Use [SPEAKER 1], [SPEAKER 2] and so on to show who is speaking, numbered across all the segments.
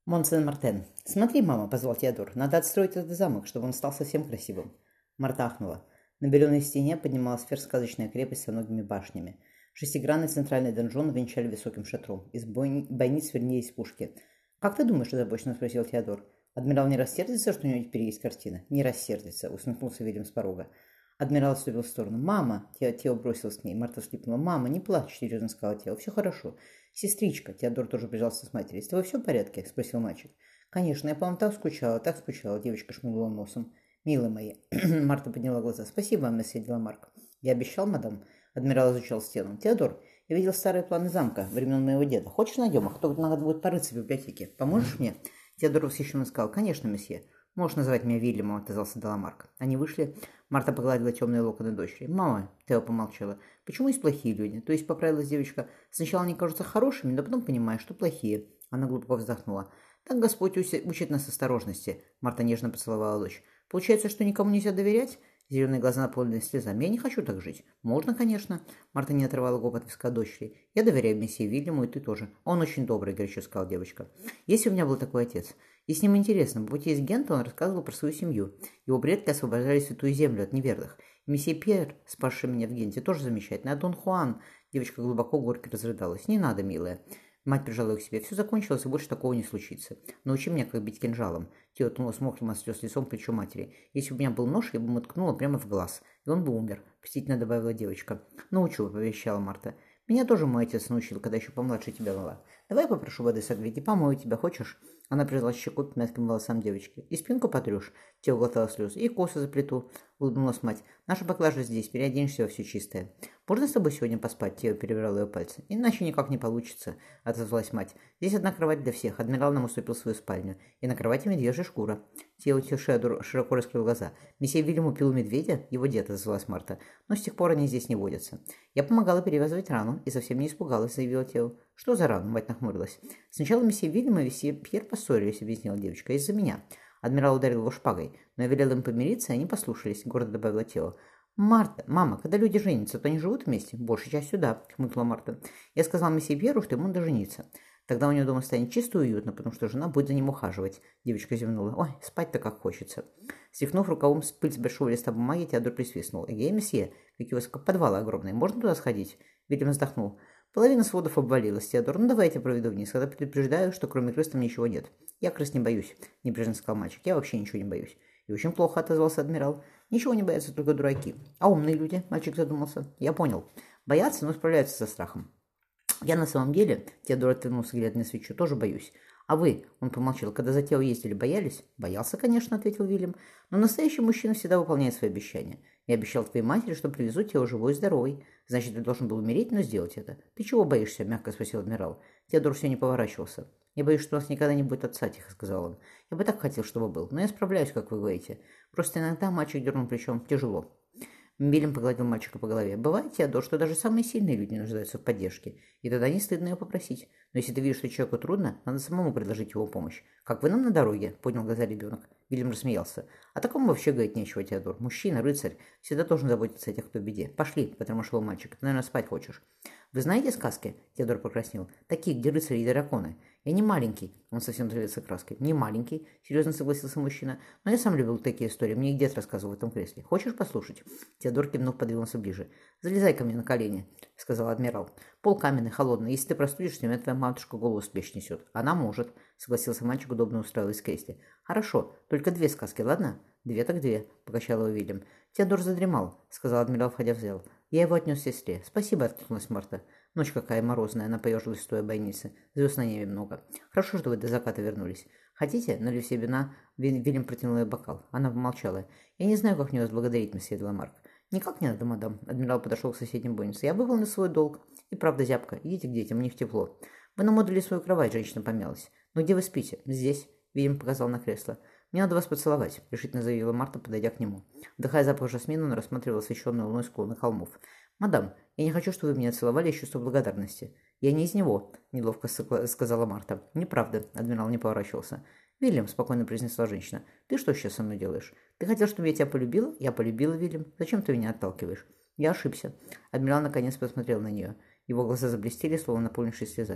[SPEAKER 1] Монсен-Мартен. «Смотри, мама», — позвал Теодор, — «надо отстроить этот замок, чтобы он стал совсем красивым». Марта ахнула. На беленой стене поднималась сказочная крепость со многими башнями. Шестигранный центральный донжон венчали высоким шатром. Из бойниц вернились пушки. «Как ты думаешь?» — озабоченно спросил Теодор. «Адмирал не рассердится, что у него теперь есть картина?» «Не рассердится», — усмехнулся Вильям с порога. Адмирал отступил в сторону. «Мама!» — Тео бросился к ней. Марта всхлипнула. «Мама, не плачь!» — серьезно сказала Тео. «Все хорошо. Сестричка!» — Теодор тоже прижался с матерью. «С тобой все в порядке?» — спросил мальчик. «Конечно, я по вам так скучала!» — девочка шмыгнула носом. «Милые мои!» — Марта подняла глаза. «Спасибо вам, месье Деламарк. Я обещал, мадам?» Адмирал изучал стену. «Теодор, я видел старые планы замка времен моего деда. Хочешь, найдем их? Только надо будет порыться в библиотеке. Поможешь мне?» Теодор восхищенно сказал. «Конечно, месье. Можешь называть меня Вильямом», — отозвался Деламарк. Они вышли. Марта погладила темные локоны дочери. «Мама», — Тео помолчала, — «почему есть плохие люди?» То есть поправилась девочка. «Сначала они кажутся хорошими, но потом понимаешь, что плохие». Она глубоко вздохнула. «Так Господь учит нас осторожности», — Марта нежно поцеловала дочь. «Получается, что никому нельзя доверять?» Зеленые глаза наполнены слезами. «Я не хочу так жить». «Можно, конечно». Марта не отрывала губ от виска дочери. «Я доверяю месье Вильяму, и ты тоже. Он очень добрый», — горячо сказала девочка. «Если у меня был такой отец. И с ним интересно. По пути из Гента он рассказывал про свою семью. Его предки освобождали Святую Землю от неверных. И месье Пьер, спасший меня в Генте, тоже замечательный. А Дон Хуан...» Девочка глубоко горько разрыдалась. «Не надо, милая». Мать прижала ее к себе. «Все закончилось, и больше такого не случится. Научи меня, как бить кинжалом». Тео ткнула с мокрым от слез лицом плечо матери. «Если бы у меня был нож, я бы ему ткнула прямо в глаз, и он бы умер», — мстительно добавила девочка. «Научу», — повещала Марта. «Меня тоже мой отец научил, когда еще помладше тебя была. Давай попрошу воды согреть и помою тебя, хочешь?» Она прижала щеку к мягким волосам девочки. «И спинку потрешь?» Тео глотала слезы. «И косы заплету», — улыбнулась мать. «Наша поклажа здесь, переоденешься во все чистое». «Можно с тобой сегодня поспать?» Тео перебирала ее пальцы. «Иначе никак не получится», — отозвалась мать. «Здесь одна кровать для всех. Адмирал нам уступил свою спальню. И на кровати медвежья шкура». Тео широко раскрыл глаза. «Месье Вильям убил медведя?» «Его дед», — отозвалась Марта. «Но с тех пор они здесь не водятся». «Я помогала перевязывать рану и совсем не испугалась», — заявила Тео. «Что за рану?» — мать нахмурилась. «Сначала месье Вильям и месье Пьер поссорились», — объяснила девочка. «Из-за меня. Адмирал ударил его шпагой, но я велела им помириться, и они послушались», — гордо добавила Тео. «Марта, мама, когда люди женятся, то они живут вместе?» «Большая часть сюда», — хмыкнула Марта. «Я сказала месье Пьеру, что ему надо жениться. Тогда у него дома станет чисто и уютно, потому что жена будет за ним ухаживать». Девочка зевнула. «Ой, спать-то как хочется». Стихнув рукавом пыль с большого листа бумаги, Теодор присвистнул. «Эгей, месье, какие у вас подвалы огромные. Можно туда сходить?» Вильям вздохнул. «Половина сводов обвалилась, Теодор. Ну, давайте я проведу вниз. Когда предупреждаю, что кроме крыс там ничего нет». «Я крыс не боюсь», — небрежно сказал мальчик. «Я вообще ничего не боюсь». «И очень плохо», — отозвался адмирал. «Ничего не боятся только дураки». «А умные люди?» — мальчик задумался. «Я понял. Боятся, но справляются со страхом». «Я на самом деле», — Теодор отвернулся, глядя на свечу, — «тоже боюсь». «А вы?» — он помолчал. «Когда за Тео ездили, боялись?» «Боялся, конечно», — ответил Вильям. «Но настоящий мужчина всегда выполняет свои обещания. Я обещал твоей матери, что привезу Тео живой и здоровый. Значит, ты должен был умереть, но сделать это». «Ты чего боишься?» — мягко спросил адмирал. Теодор все не поворачивался. «Я боюсь, что у нас никогда не будет отца», — тихо сказал он. «Я бы так хотел, чтобы был, но я справляюсь, как вы говорите. Просто иногда мальчик дернул плечом. Тяжело». Вильям погладил мальчика по голове. «Бывает, Теодор, что даже самые сильные люди нуждаются в поддержке, и тогда не стыдно ее попросить. Но если ты видишь, что человеку трудно, надо самому предложить его помощь. Как вы нам на дороге?» — поднял глаза ребенок. Вильям рассмеялся. «О таком вообще говорить нечего, Теодор. Мужчина, рыцарь, всегда должен заботиться о тех, кто в беде. Пошли», — потормошил мальчик. «Ты, наверное, спать хочешь». «Вы знаете сказки?» — Теодор покраснел. «Такие, где рыцари и драконы». «Я не маленький», — он совсем залился краской. «Не маленький», — серьезно согласился мужчина. «Но я сам любил такие истории, мне их дед рассказывал в этом кресле. Хочешь послушать?» Теодор кивнув, подвинулся ближе. «Залезай ко мне на колени», — сказал адмирал. «Пол каменный, холодный. Если ты простудишься, мне твоя матушка голову с плеч несет». «Она может», — согласился мальчик, удобно устраиваясь в кресле. «Хорошо, только две сказки, ладно?» «Две так две», — покачал его Вильям. «Теодор задремал», — сказал адмирал, входя в зал. «Я его отнес сестре». «Спасибо», — откликнулась Марта. «Ночь какая морозная», — она поежилась, стоя в бойнице. «Звезд на небе много. Хорошо, что вы до заката вернулись. Хотите?» — налив себе вина, Вильям протянул ей бокал. Она помолчала. «Я не знаю, как мне вас благодарить, месье Деламарк». «Никак не надо, мадам». Адмирал подошел к соседней бойнице. «Я выполнил свой долг. И правда, зябко. Идите к детям, у них тепло». «Вы намодали свою кровать», — женщина помялась. «Ну где вы спите?» «Здесь», — Вильям показал на кресло. «Мне надо вас поцеловать», — решительно заявила Марта, подойдя к нему. Вдыхая запах жасмина, он рассматривал освещенную луной склоны холмов. «Мадам, я не хочу, чтобы вы меня целовали из чувства благодарности». «Я не из него», — неловко сказала Марта. «Неправда», — адмирал не поворачивался. «Вильям», — спокойно произнесла женщина, — «ты что сейчас со мной делаешь? Ты хотел, чтобы я тебя полюбила?» «Я полюбила, Вильям. Зачем ты меня отталкиваешь?» «Я ошибся». Адмирал наконец посмотрел на нее. Его глаза заблестели, словно наполнившись слезами.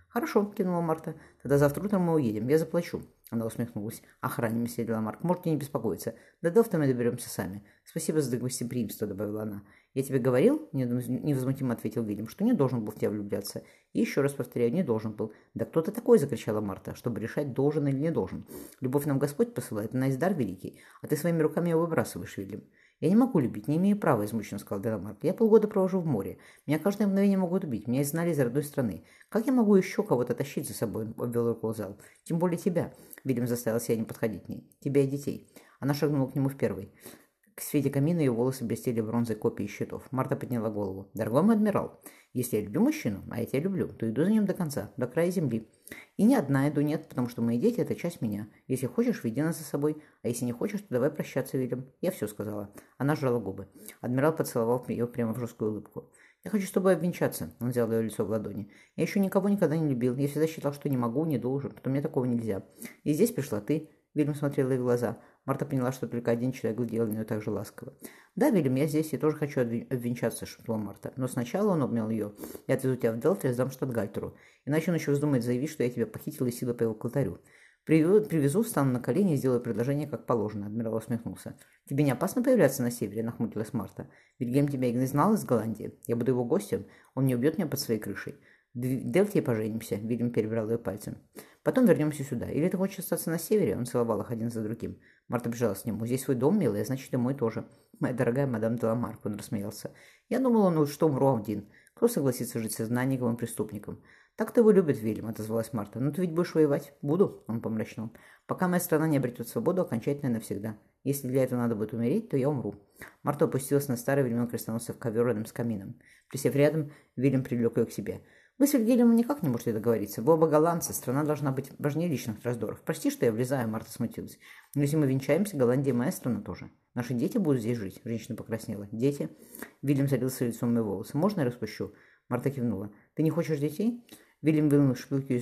[SPEAKER 1] «Хорошо», — кинула Марта. «Тогда завтра утром мы уедем. Я заплачу». Она усмехнулась. «Охране, месье Деламарк. Можете не беспокоиться. До Делфта мы доберемся сами. Спасибо за гостеприимство», — добавила она. «Я тебе говорил?» — невозмутимо ответил Вильям, «что не должен был в тебя влюбляться. И еще раз повторяю, не должен был». «Да кто ты такой?» — закричала Марта, «чтобы решать, должен или не должен. Любовь нам Господь посылает, она есть дар великий, а ты своими руками его выбрасываешь, Вильям». «Я не могу любить, не имею права», — измученно сказал Деламарк. «Я полгода провожу в море. Меня каждое мгновение могут убить. Меня изгнали из родной страны. Как я могу еще кого-то тащить за собой?» — обвел рукой зал. «Тем более тебя». Вильям заставил себя не подходить к ней. «Тебя и детей». Она шагнула к нему в первый. К свете камина ее волосы блестели бронзой копии щитов. Марта подняла голову. «Дорогой мой адмирал, если я люблю мужчину, а я тебя люблю, то иду за ним до конца, до края земли. И ни одна иду нет, потому что мои дети – это часть меня. Если хочешь, веди нас за собой, а если не хочешь, то давай прощаться, Вильям». «Я все сказала». Она сжала губы. Адмирал поцеловал ее прямо в жесткую улыбку. «Я хочу с тобой обвенчаться», — он взял ее лицо в ладони. «Я еще никого никогда не любил. Я всегда считал, что не могу, не должен, что мне такого нельзя. И здесь пришла ты». Вильям смотрел ей в глаза. Марта поняла, что только один человек глядел на нее так же ласково. «Да, Вильям, я здесь и тоже хочу обвенчаться», — шепнула Марта. «Но сначала он обнял ее. Я отвезу тебя в Делфт и сдам штатгальтеру. Иначе он еще вздумает заявить, что я тебя похитил и силой повел к алтарю. Привезу, встану на колени и сделаю предложение, как положено», — адмирал усмехнулся. «Тебе не опасно появляться на севере?» — нахмурилась Марта. «Вильгельм тебя и не знал из Голландии. Я буду его гостем. Он не убьет меня под своей крышей. В Делфте поженимся», — Вильям перебрал ее пальцем. «Потом вернемся сюда. Или ты хочешь остаться на севере?» Он целовал их один за другим. Марта бежала к нему. «Здесь свой дом, милая, значит, и мой тоже». «Моя дорогая мадам Деламарк», — он рассмеялся. «Я думал, что умру один. Кто согласится жить с изгнанником и преступником?» «Так-то его любит Вильям», — отозвалась Марта. «Ну ты ведь будешь воевать?» «Буду», — он помрачнел. «Пока моя страна не обретет свободу окончательно и навсегда. Если для этого надо будет умереть, то я умру». Марта опустилась на старый времен крестоносцев ковер рядом с камином. Присев рядом, Вильям привлек ее к себе. «Вы с Вильгельмом никак не можете договориться. Вы оба голландцы. Страна должна быть важнее личных раздоров. Прости, что я влезаю», — Марта смутилась. «Но если мы венчаемся, Голландия моя страна тоже. Наши дети будут здесь жить», — женщина покраснела. «Дети?» Вильям залился лицом мои волосы. «Можно я распущу?» Марта кивнула. «Ты не хочешь детей?» Вильям вынул шпильку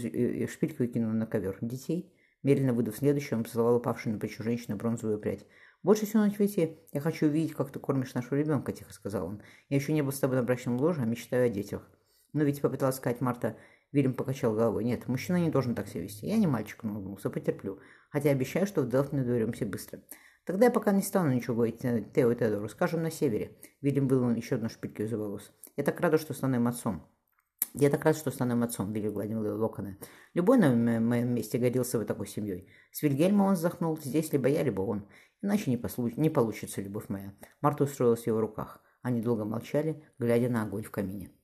[SPEAKER 1] и кинул на ковер. «Детей?» Медленно выдав следующее, он поцеловал упавшую на плечо женщины бронзовую прядь. «Больше всего на свете я хочу увидеть, как ты кормишь нашего ребенка», — тихо сказал он. «Я еще не был с тобой на брачном ложе, а мечтаю о детях». «Но ведь попыталась сказать Марта». Вильям покачал головой. «Нет, мужчина не должен так себя вести. Я не мальчик», — он улыбнулся, «потерплю. Хотя обещаю, что в Делфт мы доберемся быстро». «Тогда я пока не стану ничего говорить Тео и Теодору. Скажем, на севере». Вильям вынул еще одну шпильку из волос. «Я так рада, что стану им отцом». «Я так рад, что стану им отцом», — Вилли гладил ее локоны. «Любой на моем месте годился бы такой семьей. С Вильгельмом он вздохнул. Здесь либо я, либо он. Иначе не получится, любовь моя». Марта устроилась в его руках. Они долго молчали, глядя на огонь в камине.